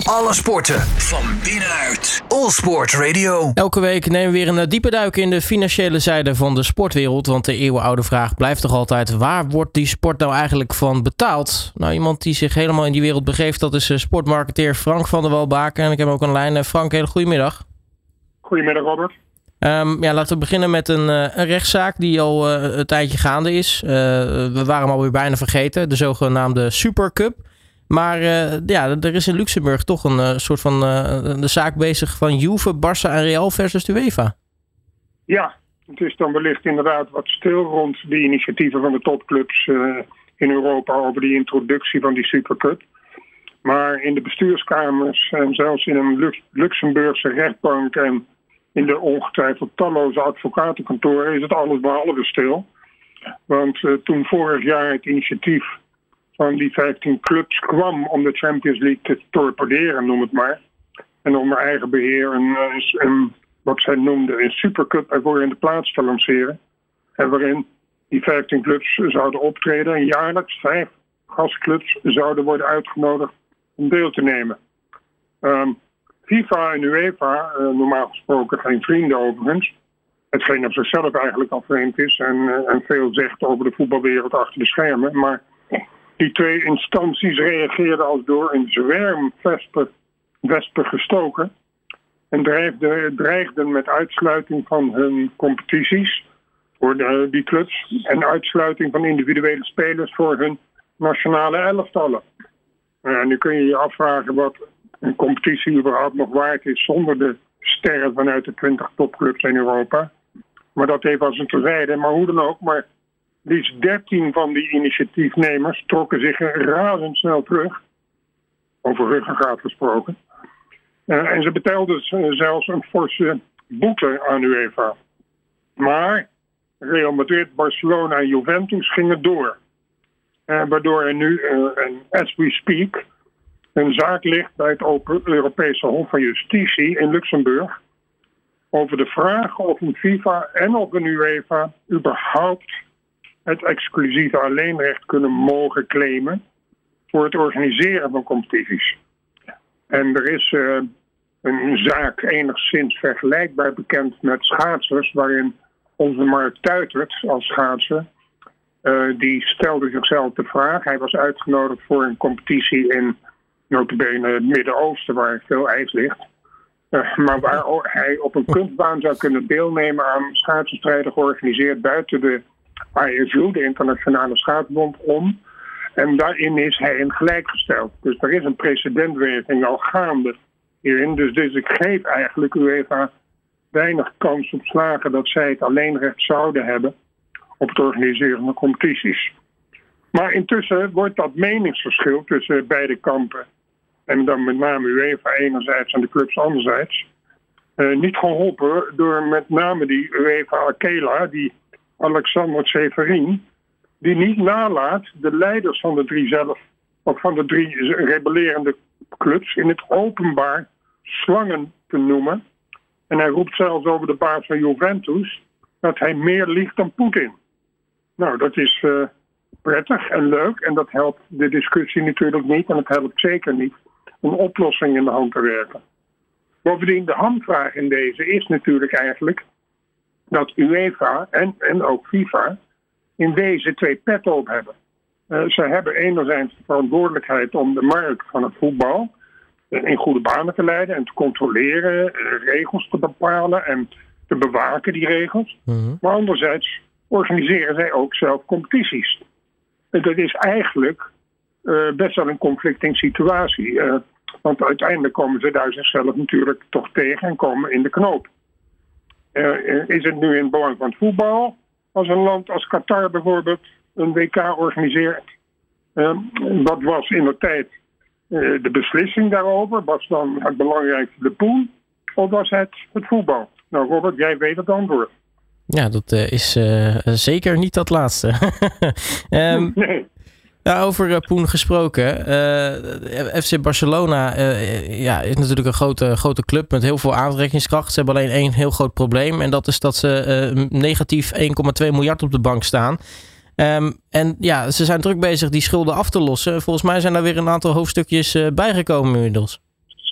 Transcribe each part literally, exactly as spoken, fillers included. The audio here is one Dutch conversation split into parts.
Alle sporten van binnenuit. All Sport Radio. Elke week nemen we weer een diepe duik in de financiële zijde van de sportwereld. Want de eeuwenoude vraag blijft toch altijd: waar wordt die sport nou eigenlijk van betaald? Nou, iemand die zich helemaal in die wereld begeeft, dat is sportmarketeer Frank van der Walbaken. En ik heb ook een lijn. Frank, hele goedemiddag. Goedemiddag, Robert. Um, ja, laten we beginnen met een, uh, een rechtszaak die al uh, een tijdje gaande is. Uh, we waren hem alweer bijna vergeten, de zogenaamde Supercup. Maar uh, ja, er is in Luxemburg toch een uh, soort van uh, de zaak bezig van Juve, Barça en Real versus de UEFA. Ja, het is dan wellicht inderdaad wat stil rond die initiatieven van de topclubs uh, in Europa over die introductie van die Supercup. Maar in de bestuurskamers en zelfs in een Lux- Luxemburgse rechtbank en in de ongetwijfeld talloze advocatenkantoren is het alles behalve stil. Want uh, toen vorig jaar het initiatief van die vijftien clubs kwam om de Champions League te torpederen, noem het maar. En onder eigen beheer een, een, wat zij noemden een Supercup ervoor in de plaats te lanceren. En waarin die vijftien clubs zouden optreden en jaarlijks vijf gastclubs zouden worden uitgenodigd om deel te nemen. Um, FIFA en UEFA, uh, normaal gesproken geen vrienden overigens. Hetgeen op zichzelf eigenlijk al vreemd is en, uh, en veel zegt over de voetbalwereld achter de schermen. Maar die twee instanties reageerden als door een zwerm vespen, wespen gestoken. En dreigden, dreigden met uitsluiting van hun competities voor de, die clubs. En uitsluiting van individuele spelers voor hun nationale elftallen. Uh, nu kun je je afvragen wat een competitie überhaupt nog waard is zonder de sterren vanuit de twintig topclubs in Europa. Maar dat even als een terzijde. Maar hoe dan ook, maar liefst dertien van die initiatiefnemers trokken zich razendsnel terug. Over ruggengraat gesproken. Uh, en ze betaalden zelfs een forse boete aan UEFA. Maar Real Madrid, Barcelona en Juventus gingen door. Uh, waardoor er nu, uh, as we speak, een zaak ligt bij het Europese Hof van Justitie in Luxemburg over de vraag of een FIFA en of een UEFA überhaupt het exclusieve alleenrecht kunnen mogen claimen voor het organiseren van competities. En er is uh, een zaak enigszins vergelijkbaar bekend met schaatsers, waarin onze Mark Tuitert als schaatser, uh, die stelde zichzelf de vraag. Hij was uitgenodigd voor een competitie in nota bene het Midden-Oosten, waar veel ijs ligt. Uh, maar waar hij op een kunstbaan zou kunnen deelnemen aan schaatswedstrijden georganiseerd buiten de I S U, de Internationale Schaatsbond, om. En daarin is hij in gelijk gesteld. Dus er is een precedentwerking al gaande hierin. Dus, dus ik geef eigenlijk UEFA weinig kans op slagen dat zij het alleenrecht zouden hebben op het organiseren van competities. Maar intussen wordt dat meningsverschil tussen beide kampen, en dan met name UEFA enerzijds en de clubs anderzijds, uh, niet geholpen door met name die UEFA Akela, die Alexander Severin, die niet nalaat de leiders van de drie zelf, of van de drie rebellerende clubs in het openbaar slangen te noemen. En hij roept zelfs over de baas van Juventus dat hij meer liegt dan Poetin. Nou, dat is uh, prettig en leuk en dat helpt de discussie natuurlijk niet en het helpt zeker niet een oplossing in de hand te werken. Bovendien, de hamvraag in deze is natuurlijk eigenlijk dat UEFA en, en ook FIFA in deze twee petten op hebben. Uh, ze hebben enerzijds de verantwoordelijkheid om de markt van het voetbal in goede banen te leiden en te controleren, uh, regels te bepalen en te bewaken die regels. Mm-hmm. Maar anderzijds organiseren zij ook zelf competities. En dat is eigenlijk uh, best wel een conflicting situatie. Uh, want uiteindelijk komen ze daar zichzelf natuurlijk toch tegen en komen in de knoop. Uh, is het nu in het belang van het voetbal als een land als Qatar bijvoorbeeld een W K organiseert? Uh, wat was in de tijd uh, de beslissing daarover? Was dan het belangrijkste de pool? Of was het het voetbal? Nou Robert, jij weet het antwoord. Ja, dat uh, is uh, zeker niet dat laatste. um, nee. Ja, over uh, Poen gesproken. Uh, F C Barcelona uh, ja, is natuurlijk een grote, grote club met heel veel aantrekkingskracht. Ze hebben alleen één heel groot probleem. En dat is dat ze uh, negatief één komma twee miljard op de bank staan. Um, en ja, ze zijn druk bezig die schulden af te lossen. Volgens mij zijn er weer een aantal hoofdstukjes uh, bijgekomen inmiddels.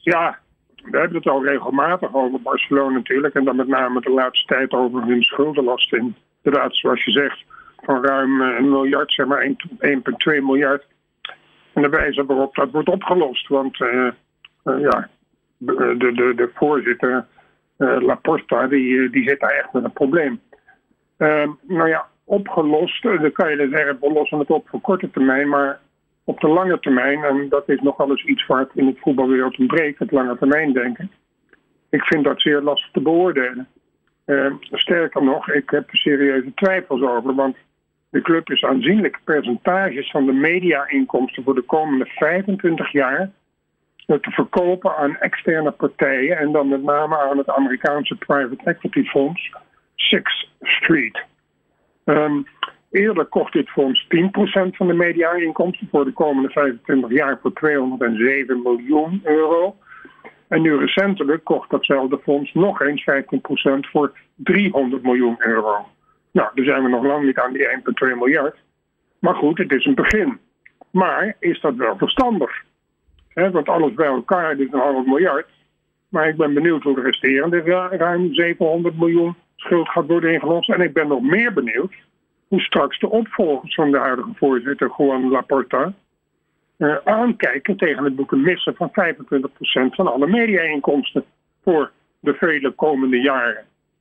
Ja, we hebben het al regelmatig over Barcelona natuurlijk. En dan met name de laatste tijd over hun schuldenlast. Inderdaad, zoals je zegt, van ruim een miljard, zeg maar één komma twee miljard. En de wijze waarop dat wordt opgelost. Want uh, uh, ja, de, de, de voorzitter uh, Laporta, die, die zit daar echt met een probleem. Uh, nou ja, opgelost, dan kan je zeggen, we lossen het op voor korte termijn. Maar op de lange termijn, en dat is nogal eens iets waar het in het voetbalwereld ontbreekt, het lange termijn denken. Ik vind dat zeer lastig te beoordelen. Uh, sterker nog, ik heb er serieuze twijfels over, want de club is aanzienlijke percentages van de media-inkomsten voor de komende vijfentwintig jaar te verkopen aan externe partijen en dan met name aan het Amerikaanse private equity fonds Sixth Street. Um, eerder kocht dit fonds tien procent van de media-inkomsten voor de komende vijfentwintig jaar voor tweehonderdzeven miljoen euro. En nu recentelijk kocht datzelfde fonds nog eens vijftien procent voor driehonderd miljoen euro. Nou, daar zijn we nog lang niet aan die één komma twee miljard. Maar goed, het is een begin. Maar is dat wel verstandig? He, want alles bij elkaar is een half miljard. Maar ik ben benieuwd hoe de resterende ruim zevenhonderd miljoen schuld gaat worden ingelost. En ik ben nog meer benieuwd hoe straks de opvolgers van de huidige voorzitter Joan Laporta uh, aankijken tegen het boeken missen van vijfentwintig procent van alle media-inkomsten voor de vele komende jaren.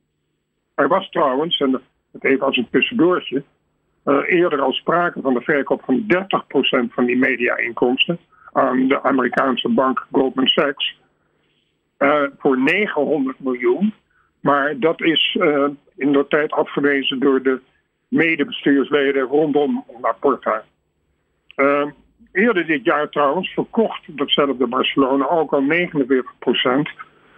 Er was trouwens, en het even als een tussendoortje, uh, eerder al sprake van de verkoop van dertig procent van die media-inkomsten aan de Amerikaanse bank Goldman Sachs uh, voor negenhonderd miljoen. Maar dat is uh, in de tijd afgewezen door de medebestuursleden rondom Laporta. Uh, eerder dit jaar trouwens verkocht datzelfde Barcelona ook al negenenveertig procent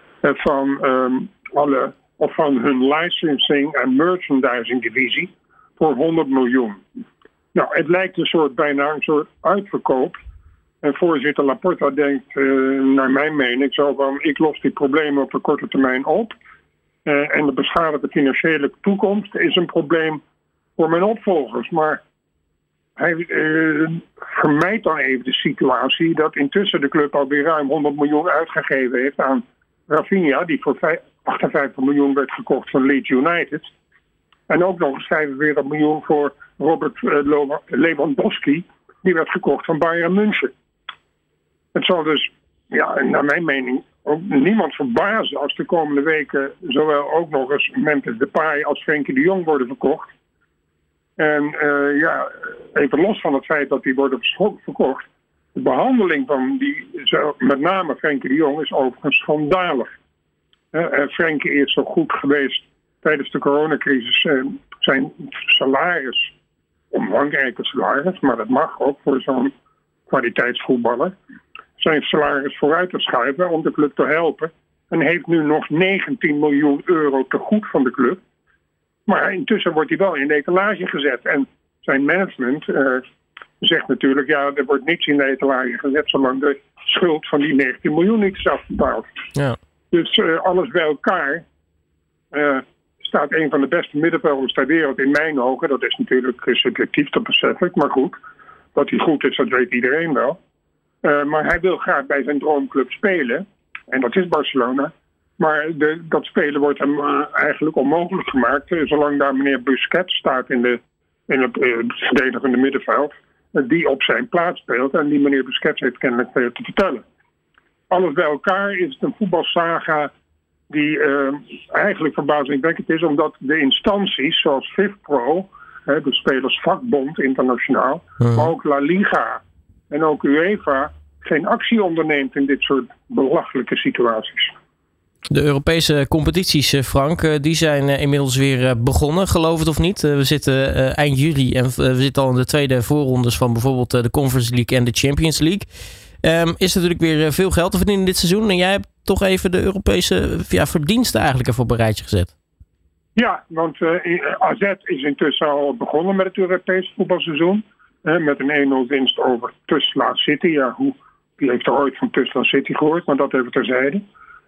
van um, alle of van hun licensing en merchandising divisie voor honderd miljoen. Nou, het lijkt een soort bijna een soort uitverkoop. En voorzitter Laporta denkt, uh, naar mijn mening, zo van, ik los die problemen op de korte termijn op. Uh, en de beschadigde financiële toekomst is een probleem voor mijn opvolgers. Maar hij uh, vermijdt dan even de situatie dat intussen de club alweer ruim honderd miljoen uitgegeven heeft aan Rafinha, die voor achtenvijftig miljoen werd gekocht van Leeds United. En ook nog eens vijfenveertig miljoen voor Robert uh, Lewandowski, die werd gekocht van Bayern München. Het zal dus, ja, naar mijn mening, ook niemand verbazen als de komende weken zowel ook nog eens Memphis Depay als Frenkie de Jong worden verkocht. En uh, ja, even los van het feit dat die worden verkocht, de behandeling van die, met name Frenkie de Jong, is overigens schandalig. Uh, Frenkie is zo goed geweest tijdens de coronacrisis. Uh, zijn salaris, omvangrijke salaris, maar dat mag ook voor zo'n kwaliteitsvoetballer, zijn salaris vooruit te schuiven om de club te helpen. En heeft nu nog negentien miljoen euro te goed van de club. Maar intussen wordt hij wel in de etalage gezet. En zijn management uh, zegt natuurlijk, ja, er wordt niets in de etalage gezet zolang de schuld van die negentien miljoen niet is afbetaald. Ja. Dus uh, alles bij elkaar uh, staat een van de beste middenvelders ter wereld in mijn ogen. Dat is natuurlijk subjectief, dat besef ik. Maar goed, dat hij goed is, dat weet iedereen wel. Uh, maar hij wil graag bij zijn droomclub spelen. En dat is Barcelona. Maar de, dat spelen wordt hem uh, eigenlijk onmogelijk gemaakt. Uh, zolang daar meneer Busquets staat in, de, in het uh, verdedigende middenveld. Uh, die op zijn plaats speelt. En die meneer Busquets heeft kennelijk veel te vertellen. Alles bij elkaar is het een voetbalsaga die uh, eigenlijk verbazingwekkend is. Omdat de instanties zoals FIFPro, uh, de spelersvakbond internationaal. Uh-huh. Maar ook La Liga en ook UEFA geen actie onderneemt in dit soort belachelijke situaties. De Europese competities, Frank, die zijn inmiddels weer begonnen, geloof het of niet. We zitten eind juli en we zitten al in de tweede voorrondes van bijvoorbeeld de Conference League en de Champions League. Um, is natuurlijk weer veel geld te verdienen dit seizoen. En jij hebt toch even de Europese ja, verdiensten eigenlijk even op een rijtje gezet. Ja, want uh, A Z is intussen al begonnen met het Europese voetbalseizoen. Uh, met een één nul winst over Tuzla City. Ja, hoe, wie heeft er ooit van Tuzla City gehoord, maar dat even terzijde.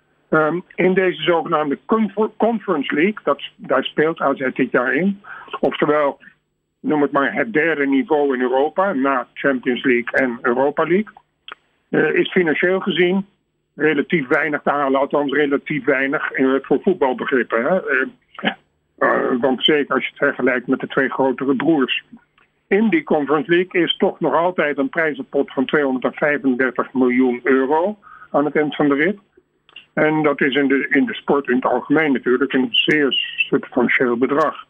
Um, in deze zogenaamde Conference League, dat, daar speelt A Z dit jaar in. Oftewel, noem het maar het derde niveau in Europa, na Champions League en Europa League. Uh, is financieel gezien relatief weinig te halen. Althans relatief weinig uh, voor voetbalbegrippen. Hè? Uh, uh, want zeker als je het vergelijkt met de twee grotere broers. In die Conference League is toch nog altijd een prijzenpot van tweehonderdvijfendertig miljoen euro aan het eind van de rit. En dat is in de, in de sport in het algemeen natuurlijk een zeer substantieel bedrag.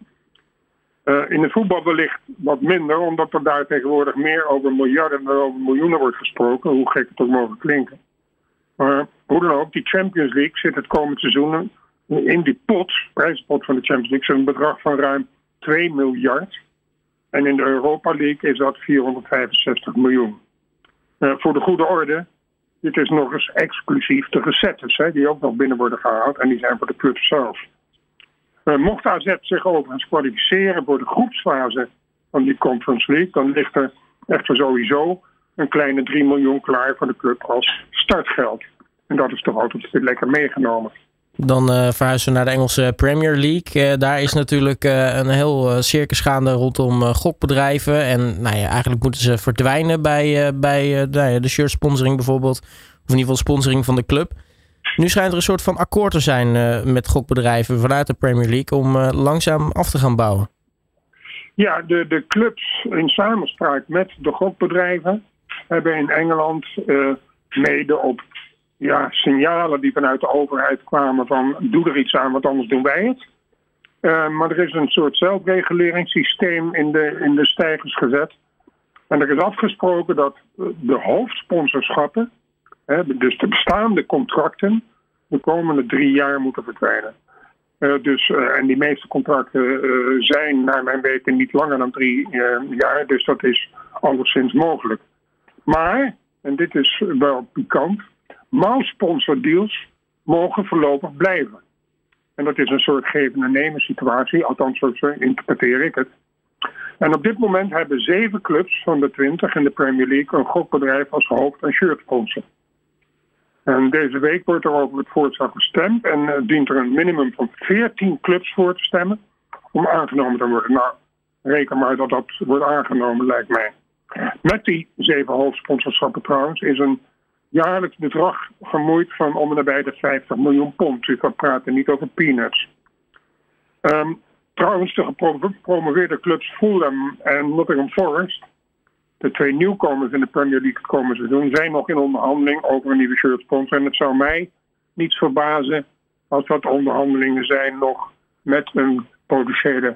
Uh, in de voetbal wellicht wat minder, omdat er daar tegenwoordig meer over miljarden dan over miljoenen wordt gesproken, hoe gek het ook mogen klinken. Maar hoe dan ook, die Champions League zit het komend seizoen in die pot, prijzenpot van de Champions League, zo'n bedrag van ruim twee miljard. En in de Europa League is dat vierhonderdvijfenzestig miljoen. Uh, voor de goede orde, dit is nog eens exclusief de recettes, hè, die ook nog binnen worden gehaald. En die zijn voor de club zelf. Uh, mocht A Z zich overigens kwalificeren voor de groepsfase van die Conference League, dan ligt er echter sowieso een kleine drie miljoen klaar voor de club als startgeld. En dat is toch altijd weer lekker meegenomen. Dan uh, verhuizen we naar de Engelse Premier League. Uh, daar is natuurlijk uh, een heel uh, circus gaande rondom uh, gokbedrijven. En nou ja, eigenlijk moeten ze verdwijnen bij, uh, bij uh, nou ja, de shirt sponsoring bijvoorbeeld. Of in ieder geval sponsoring van de club. Nu schijnt er een soort van akkoord te zijn uh, met gokbedrijven vanuit de Premier League om uh, langzaam af te gaan bouwen. Ja, de, de clubs in samenspraak met de gokbedrijven hebben in Engeland uh, mede op ja, signalen die vanuit de overheid kwamen van doe er iets aan, want anders doen wij het. Uh, maar er is een soort zelfreguleringssysteem in de, in de stijgers gezet. En er is afgesproken dat de hoofdsponsorschappen, hè, dus de bestaande contracten, de komende drie jaar moeten verdwijnen. Uh, dus, uh, en die meeste contracten uh, zijn naar mijn weten niet langer dan drie uh, jaar, dus dat is alleszins mogelijk. Maar, en dit is wel pikant, mouwsponsordeals mogen voorlopig blijven. En dat is een soort geven en nemen situatie, althans zo interpreteer ik het. En op dit moment hebben zeven clubs van de twintig in de Premier League een gokbedrijf als hoofd- en shirtsponsor. En deze week wordt er over het voorstel gestemd en uh, dient er een minimum van veertien clubs voor te stemmen om aangenomen te worden. Nou, reken maar dat dat wordt aangenomen, lijkt mij. Met die zeven hoofdsponsorschappen trouwens is een jaarlijks bedrag gemoeid van om en nabij de vijftig miljoen pond. Dus we praten niet over peanuts. Um, trouwens, de gepromoveerde clubs Fulham en Nottingham Forest, de twee nieuwkomers in de Premier League het komende seizoen, zijn nog in onderhandeling over een nieuwe shirtsponsor. En het zou mij niets verbazen als dat onderhandelingen zijn nog met een potentiële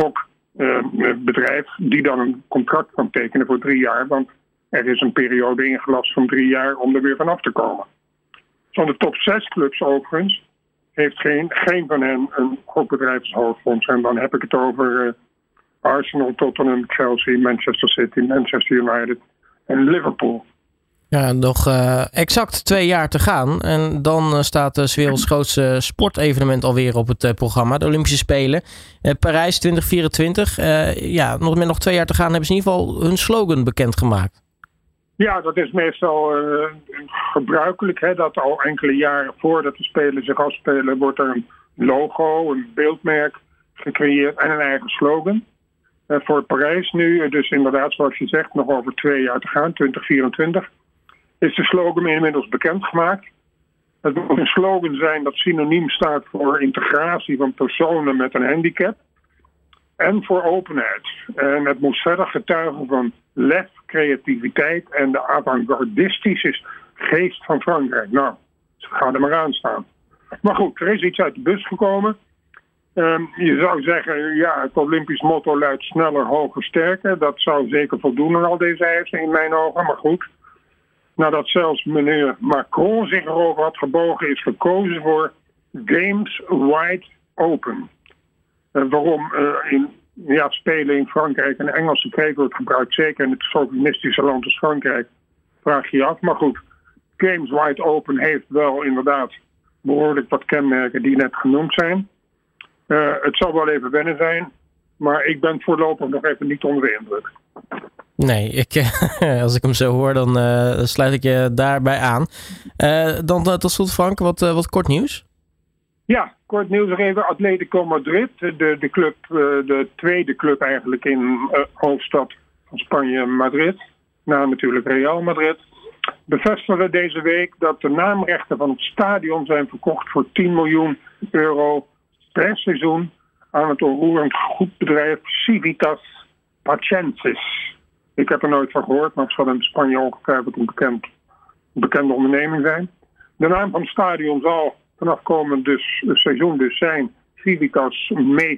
gokbedrijf uh, die dan een contract kan tekenen voor drie jaar. Want er is een periode ingelast van drie jaar om er weer vanaf te komen. Van de top zes clubs overigens heeft geen, geen van hen een gokbedrijf als hoofdsponsor. En dan heb ik het over uh, Arsenal, Tottenham, Chelsea, Manchester City, Manchester United en Liverpool. Ja, nog uh, exact twee jaar te gaan. En dan uh, staat uh, 's werelds grootste sportevenement alweer op het uh, programma. De Olympische Spelen. Uh, Parijs twintig vierentwintig. Uh, ja, nog, met nog twee jaar te gaan hebben ze in ieder geval hun slogan bekendgemaakt. Ja, dat is meestal uh, gebruikelijk. Hè, dat al enkele jaren voordat de Spelen zich afspelen, wordt er een logo, een beeldmerk gecreëerd en een eigen slogan. Uh, voor Parijs nu, dus inderdaad zoals je zegt, nog over twee jaar te gaan, twintig vierentwintig, is de slogan inmiddels bekendgemaakt. Het moet een slogan zijn dat synoniem staat voor integratie van personen met een handicap en voor openheid. En het moet verder getuigen van lef, creativiteit en de avant-gardistische geest van Frankrijk. Nou, ze gaan er maar aan staan. Maar goed, er is iets uit de bus gekomen. Um, je zou zeggen, ja, het Olympisch motto luidt sneller, hoger, sterker. Dat zou zeker voldoen aan al deze eisen in mijn ogen, maar goed. Nadat zelfs meneer Macron zich erover had gebogen, is gekozen voor Games Wide Open. Uh, waarom uh, in ja, spelen in Frankrijk een Engelse kreet wordt gebruikt, zeker in het socialistische land als Frankrijk, vraag je je af. Maar goed, Games Wide Open heeft wel inderdaad behoorlijk wat kenmerken die net genoemd zijn. Uh, het zal wel even wennen zijn, maar ik ben voorlopig nog even niet onder de indruk. Nee, ik, als ik hem zo hoor, dan uh, sluit ik je daarbij aan. Uh, dan uh, tot slot, Frank, wat, uh, wat kort nieuws. Ja, kort nieuws nog even. Atletico Madrid, de, de, club, uh, de tweede club eigenlijk in uh, hoofdstad van Spanje, Madrid. Na natuurlijk Real Madrid. bevestigde deze week dat de naamrechten van het stadion zijn verkocht voor tien miljoen euro per seizoen aan het onroerend goedbedrijf Civitas Pacensis. Ik heb er nooit van gehoord, maar het zal in Spanje ongetwijfeld een bekend, bekende onderneming zijn. De naam van het stadion zal vanaf komend dus, seizoen dus zijn Civitas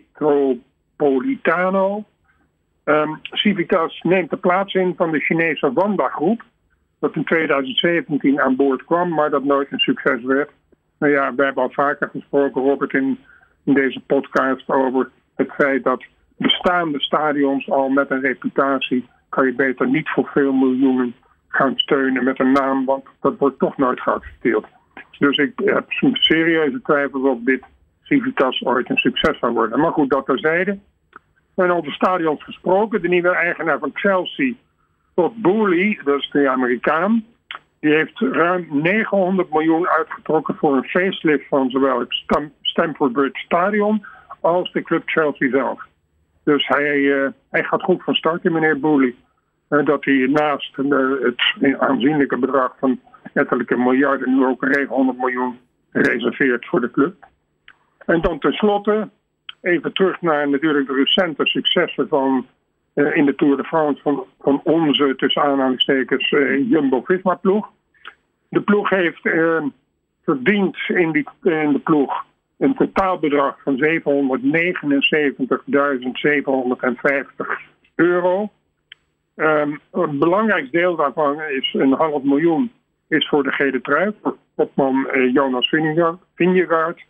Metropolitano. Um, Civitas neemt de plaats in van de Chinese Wanda Groep, dat in twintig zeventien aan boord kwam, maar dat nooit een succes werd. Nou ja, wij hebben al vaker gesproken, Robert, in, in deze podcast over het feit dat bestaande stadions al met een reputatie kan je beter niet voor veel miljoenen gaan steunen met een naam, want dat wordt toch nooit geaccepteerd. Dus ik heb serieuze twijfels of dit Civitas ooit een succes zou worden. Maar goed, dat terzijde. En over stadions gesproken, de nieuwe eigenaar van Chelsea, Todd Boehly, dat is de Amerikaan, die heeft ruim negenhonderd miljoen uitgetrokken voor een facelift van zowel het Stam- Stamford Bridge Stadion als de club Chelsea zelf. Dus hij, uh, hij gaat goed van start, meneer Boehly. Uh, dat hij naast uh, het aanzienlijke bedrag van ettelijke miljarden nu ook negenhonderd miljoen reserveert voor de club. En dan tenslotte even terug naar natuurlijk de recente successen van uh, in de Tour de France van, van onze, tussen aanhalingstekens, uh, Jumbo-Visma-ploeg. De ploeg heeft uh, verdiend in, die, in de ploeg een totaalbedrag van zevenhonderdnegenenzeventigduizend zevenhonderdvijftig euro. Um, een belangrijk deel daarvan is een half miljoen is voor de gele trui, voor topman uh, Jonas Vingegaard.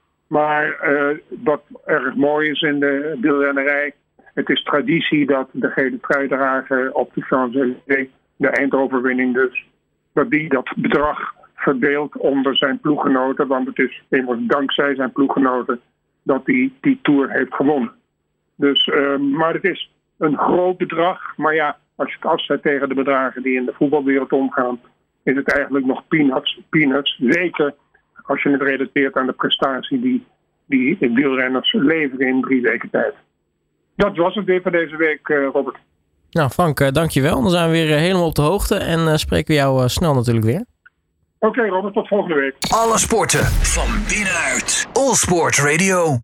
Maar uh, wat erg mooi is in de wielrennerij, het is traditie dat de gele truidrager op de Champs-Élysées, de eindoverwinning dus, dat die dat bedrag verdeelt onder zijn ploeggenoten, want het is immers dankzij zijn ploeggenoten dat hij die Tour heeft gewonnen. Dus, uh, maar het is een groot bedrag, maar ja, als je het afzet tegen de bedragen die in de voetbalwereld omgaan, is het eigenlijk nog peanuts, peanuts. Zeker als je het relateert aan de prestatie die, die wielrenners leveren in drie weken tijd. Dat was het weer voor deze week, uh, Robert. Nou Frank, uh, dankjewel. Dan zijn we weer uh, helemaal op de hoogte en uh, spreken we jou uh, snel natuurlijk weer. Oké, okay, Robert, tot volgende week. Alle sporten van binnenuit. All Sport Radio.